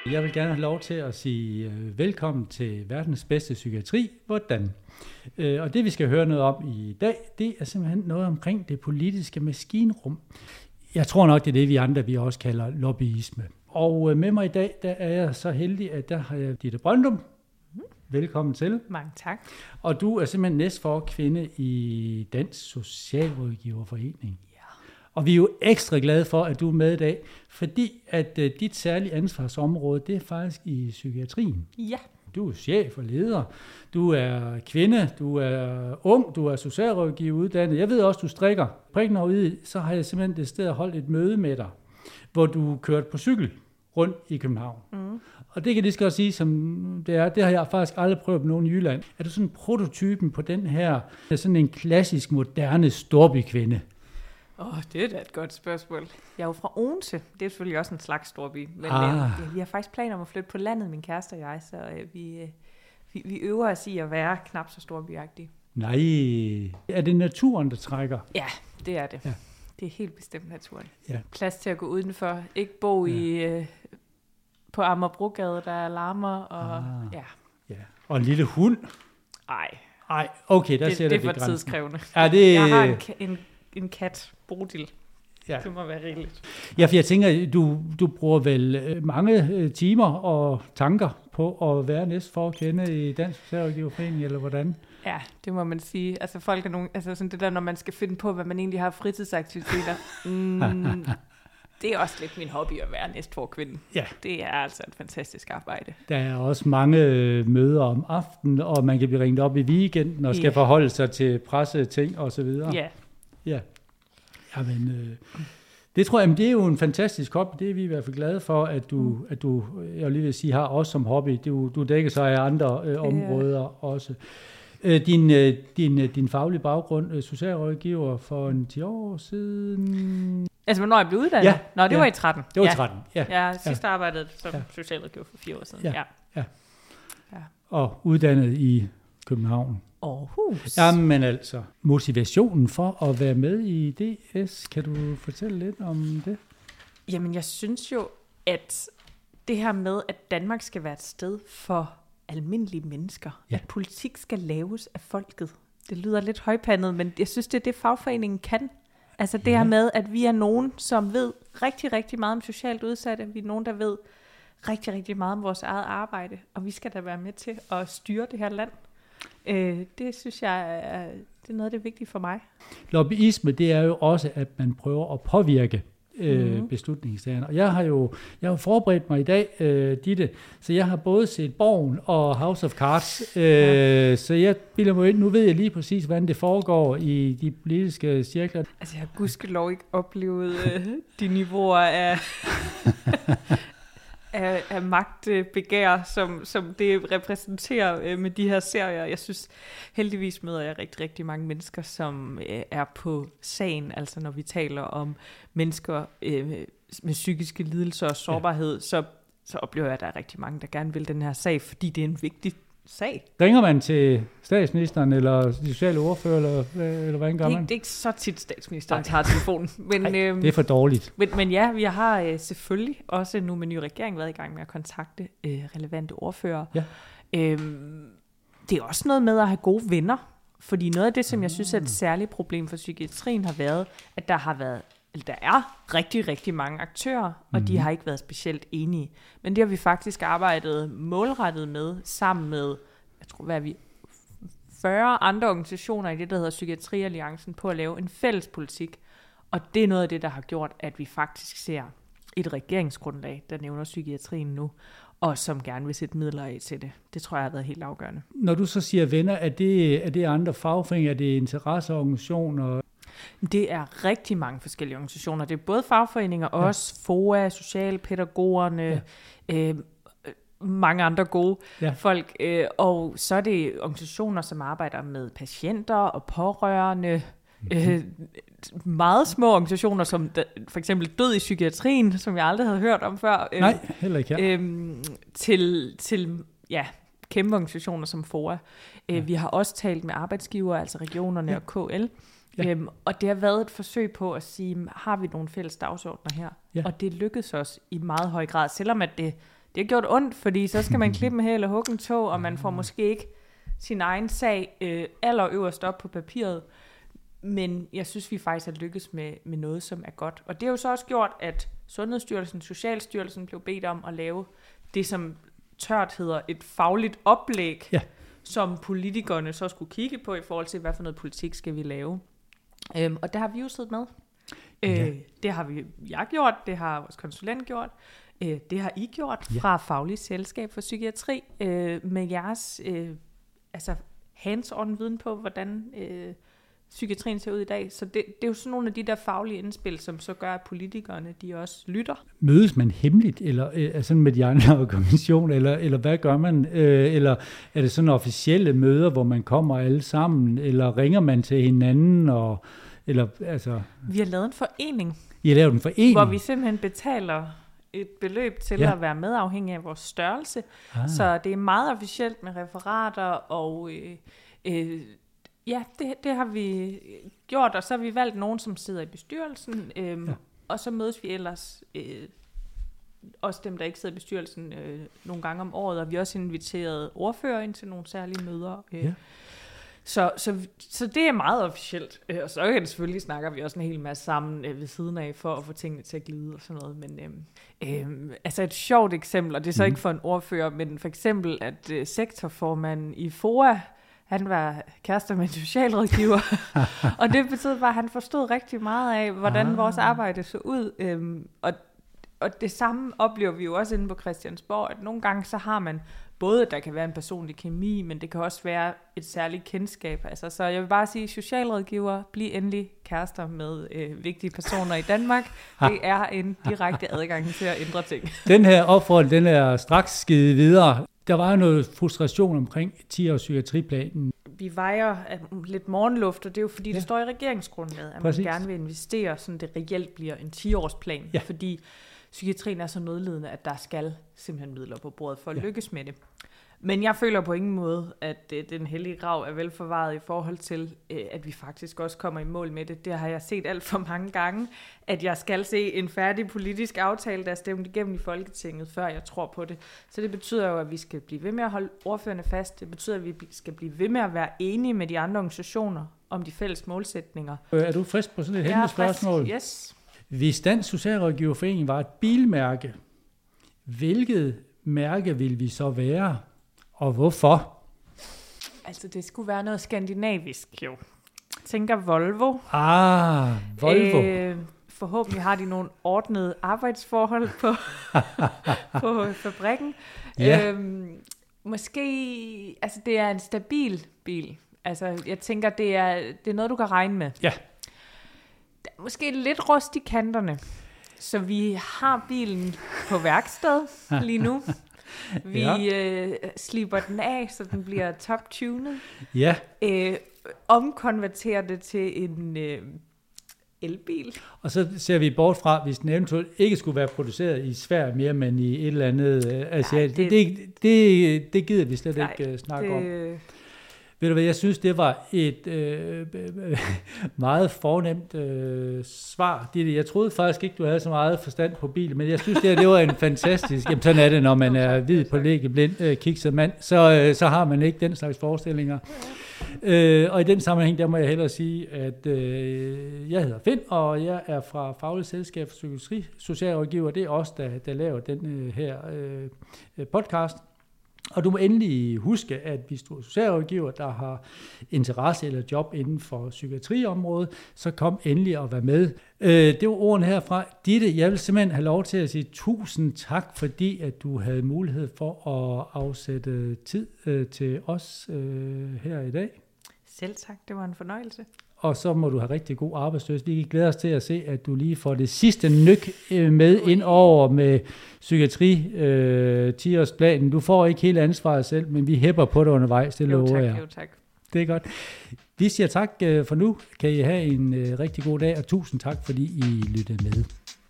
Jeg vil gerne have lov til at sige velkommen til verdens bedste psykiatri. Hvordan? Og det vi skal høre noget om i dag, det er simpelthen noget omkring det politiske maskinrum. Jeg tror nok, det er det, vi også kalder lobbyisme. Og med mig i dag, der er jeg så heldig, at der har jeg Ditte Brøndum. Velkommen til. Mange tak. Og du er simpelthen næstforkvinde i Dansk Socialrådgiverforening. Ja. Og vi er jo ekstra glade for, at du er med i dag, fordi at dit særlige ansvarsområde, det er faktisk i psykiatrien. Ja. Du er chef og leder, du er kvinde, du er ung, du er socialrådgiver uddannet. Jeg ved også, du strikker. Prikken herude, så har jeg simpelthen det sted holdt et møde med dig, hvor du kørte på cykel rundt i København. Mm. Og det kan jeg lige så godt sige, som det er. Det har jeg faktisk aldrig prøvet på nogen i Jylland. Er du sådan prototypen på den her, sådan en klassisk, moderne storbykvinde? Det er da et godt spørgsmål. Jeg er jo fra Odense. Det er selvfølgelig også en slags storby. Men vi har faktisk planer om at flytte på landet, min kæreste og jeg. Så vi øver os i at være knap så storbyagtige. Nej. Er det naturen, der trækker? Ja, det er det. Ja. Det er helt bestemt naturen. Ja. Plads til at gå udenfor. Ikke bo på Amagerbrogade, der larmer. Og, ja. Og en lille hund? Nej, okay, der ser det er for tidskrævende. Jeg har en kat, Bodil. Ja. Det må være rigeligt. Ja, for jeg tænker, du bruger vel mange timer og tanker på at være næstforkvinde i Dansk Socialrådgiverforening, eller hvordan? Ja, det må man sige. Altså folk er nogle, altså sådan det der, når man skal finde på, hvad man egentlig har fritidsaktiviteter. Det er også lidt min hobby at være næstforkvinde. Ja. Det er altså et fantastisk arbejde. Der er også mange møder om aftenen, og man kan blive ringet op i weekenden og skal forholde sig til presseting og så videre. Ja. Jamen, det tror jeg, det er jo en fantastisk hobby. Det er vi i hvert fald glade for, at du jeg lige vil sige, har også som hobby. Du dækker sig af andre områder også. Din faglige baggrund, socialrådgiver for 10 år siden. Altså, hvornår jeg blev uddannet? Ja. Nå, det var i 13. Det var i 13, ja. Jeg sidst arbejdede som socialrådgiver for 4 år siden. Ja. Og uddannet i København. Aarhus. Jamen altså, motivationen for at være med i DS, kan du fortælle lidt om det? Jamen, jeg synes jo, at det her med, at Danmark skal være et sted for almindelige mennesker, at politik skal laves af folket. Det lyder lidt højpandet, men jeg synes, det er det, fagforeningen kan. Altså det her med, at vi er nogen, som ved rigtig, rigtig meget om socialt udsatte. Vi er nogen, der ved rigtig, rigtig meget om vores eget arbejde, og vi skal da være med til at styre det her land. Det synes jeg, det er noget af det vigtige for mig. Lobbyisme, det er jo også, at man prøver at påvirke beslutningstagerne. Og jeg har jo forberedt mig i dag, Ditte, så jeg har både set Borgen og House of Cards, så jeg bilder mig ind, nu ved jeg lige præcis, hvordan det foregår i de politiske cirkler. Altså, jeg har gudskelov ikke oplevet de niveauer af magtbegær, som det repræsenterer med de her serier. Jeg synes, heldigvis møder jeg rigtig, rigtig mange mennesker, som er på sagen, altså når vi taler om mennesker med psykiske lidelser og sårbarhed, så oplever jeg, at der er rigtig mange, der gerne vil den her sag, fordi det er en vigtig sag. Ringer man til statsministeren eller de sociale ordfører, eller hvordan gør man? Det er ikke så tit, statsministeren tager telefonen. Men, det er for dårligt. Men ja, vi har selvfølgelig også nu med ny regering været i gang med at kontakte relevante ordfører. Ja. Det er også noget med at have gode venner, fordi noget af det, som jeg synes er et særligt problem for psykiatrien, har været, at der er rigtig, rigtig mange aktører, og de har ikke været specielt enige. Men det har vi faktisk arbejdet målrettet med, sammen med, jeg tror, hvad er vi, 40 andre organisationer i det, der hedder Psykiatrialliancen, på at lave en fælles politik. Og det er noget af det, der har gjort, at vi faktisk ser et regeringsgrundlag, der nævner psykiatrien nu, og som gerne vil sætte midler af til det. Det tror jeg har været helt afgørende. Når du så siger venner, er det andre fagforeninger, er det interesseorganisationer? Det er rigtig mange forskellige organisationer. Det er både fagforeninger, også FOA, socialpædagogerne, mange andre gode folk. Og så er det organisationer, som arbejder med patienter og pårørende. Meget små organisationer, som for eksempel Død i psykiatrien, som jeg aldrig havde hørt om før. Nej, heller ikke her. Til kæmpe organisationer som FOA. Vi har også talt med arbejdsgivere, altså regionerne og KL. Ja. Og det har været et forsøg på at sige, har vi nogle fælles dagsordner her? Ja. Og det lykkedes os i meget høj grad, selvom at det har gjort ondt, fordi så skal man klippe med hæl og hugge en tog, og man får måske ikke sin egen sag allerøverst op på papiret. Men jeg synes, vi faktisk har lykkes med noget, som er godt. Og det har jo så også gjort, at Sundhedsstyrelsen, Socialstyrelsen blev bedt om at lave det, som tørt hedder et fagligt oplæg, som politikerne så skulle kigge på i forhold til, hvad for noget politik skal vi lave. Og der har vi jo siddet med. Det har jeg gjort, det har vores konsulent gjort, det har I gjort fra Fagligt Selskab for Psykiatri, med jeres hands-on viden på, hvordan psykiatrien ser ud i dag. Så det er jo sådan nogle af de der faglige indspil, som så gør, at politikerne de også lytter. Mødes man hemmeligt, eller sådan med de andre organisationer, eller hvad gør man? Eller er det sådan officielle møder, hvor man kommer alle sammen, eller ringer man til hinanden? Vi har lavet en forening. I har lavet en forening? Hvor vi simpelthen betaler et beløb til at være medafhængig af vores størrelse. Så det er meget officielt med referater og... det har vi gjort, og så har vi valgt nogen, som sidder i bestyrelsen, og så mødes vi ellers, også dem, der ikke sidder i bestyrelsen, nogle gange om året, og vi har også inviteret ordfører ind til nogle særlige møder. Så det er meget officielt, og så kan det selvfølgelig snakker vi også en hel masse sammen ved siden af, for at få tingene til at glide og sådan noget, men et sjovt eksempel, og det er så ikke for en ordfører, men for eksempel, at sektorformanden i FOA, han var kærester med en socialrådgiver, og det betød bare, at han forstod rigtig meget af, hvordan vores arbejde så ud. Og det samme oplever vi jo også inde på Christiansborg, at nogle gange så har man både, at der kan være en personlig kemi, men det kan også være et særligt kendskab. Så jeg vil bare sige, socialrådgiver, bliv endelig kærester med vigtige personer i Danmark. Det er en direkte adgang til at ændre ting. Den her opfordring, den er straks givet videre. Der var jo noget frustration omkring 10-års psykiatriplanen. Vi vejer lidt morgenluft, og det er jo fordi, det står i regeringsgrundlaget, at man gerne vil investere, så det reelt bliver en 10-årsplan. Fordi psykiatrien er så nødlidende, at der skal simpelthen midler på bordet for at lykkes med det. Men jeg føler på ingen måde, at den hellige grav er velforvaret i forhold til, at vi faktisk også kommer i mål med det. Det har jeg set alt for mange gange, at jeg skal se en færdig politisk aftale, der er stemt igennem i Folketinget, før jeg tror på det. Så det betyder jo, at vi skal blive ved med at holde ordførerne fast. Det betyder, at vi skal blive ved med at være enige med de andre organisationer om de fælles målsætninger. Er du frisk på sådan et hemmelig spørgsmål? Yes. Hvis Dansk Socialrådgiverforening var et bilmærke, hvilket mærke vil vi så være? Og hvorfor? Det skulle være noget skandinavisk, jo. Jeg tænker Volvo. Volvo. Forhåbentlig har de nogle ordnede arbejdsforhold på fabrikken. Ja. Måske, det er en stabil bil. Jeg tænker, det er noget, du kan regne med. Ja. Måske lidt rust i kanterne. Så vi har bilen på værksted lige nu. Vi slipper den af, så den bliver top-tunet. Ja. Omkonverterer det til en elbil. Og så ser vi bort fra, hvis den eventuelt ikke skulle være produceret i Sverige mere, men i et eller andet asiat. Det gider vi slet ikke snakke om. Ved du hvad, jeg synes, det var et meget fornemt svar. Jeg troede faktisk ikke, du havde så meget forstand på bil, men jeg synes, det var en fantastisk... Jamen, sådan er det, når man er hvid på lægeblind, kikset mand, så har man ikke den slags forestillinger. Og i den sammenhæng, der må jeg hellere sige, at jeg hedder Finn, og jeg er fra Fagligt Selskab for Psykiatri, socialrådgiver. Det er os, der laver den her podcast. Og du må endelig huske, at hvis du er socialrådgiver, der har interesse eller job inden for psykiatriområdet, så kom endelig og vær med. Det var ordene herfra. Ditte, jeg vil simpelthen have lov til at sige tusind tak, fordi at du havde mulighed for at afsætte tid til os her i dag. Selv tak, det var en fornøjelse. Og så må du have rigtig god arbejdsløs. Vi glæder os til at se, at du lige får det sidste nyk med ind over med psykiatri 10-årsplanen. Du får ikke hele ansvaret selv, men vi hæpper på det undervejs, det lover jeg. Jo tak. Det er godt. Vi siger tak for nu. Kan I have en rigtig god dag, og tusind tak, fordi I lyttede med.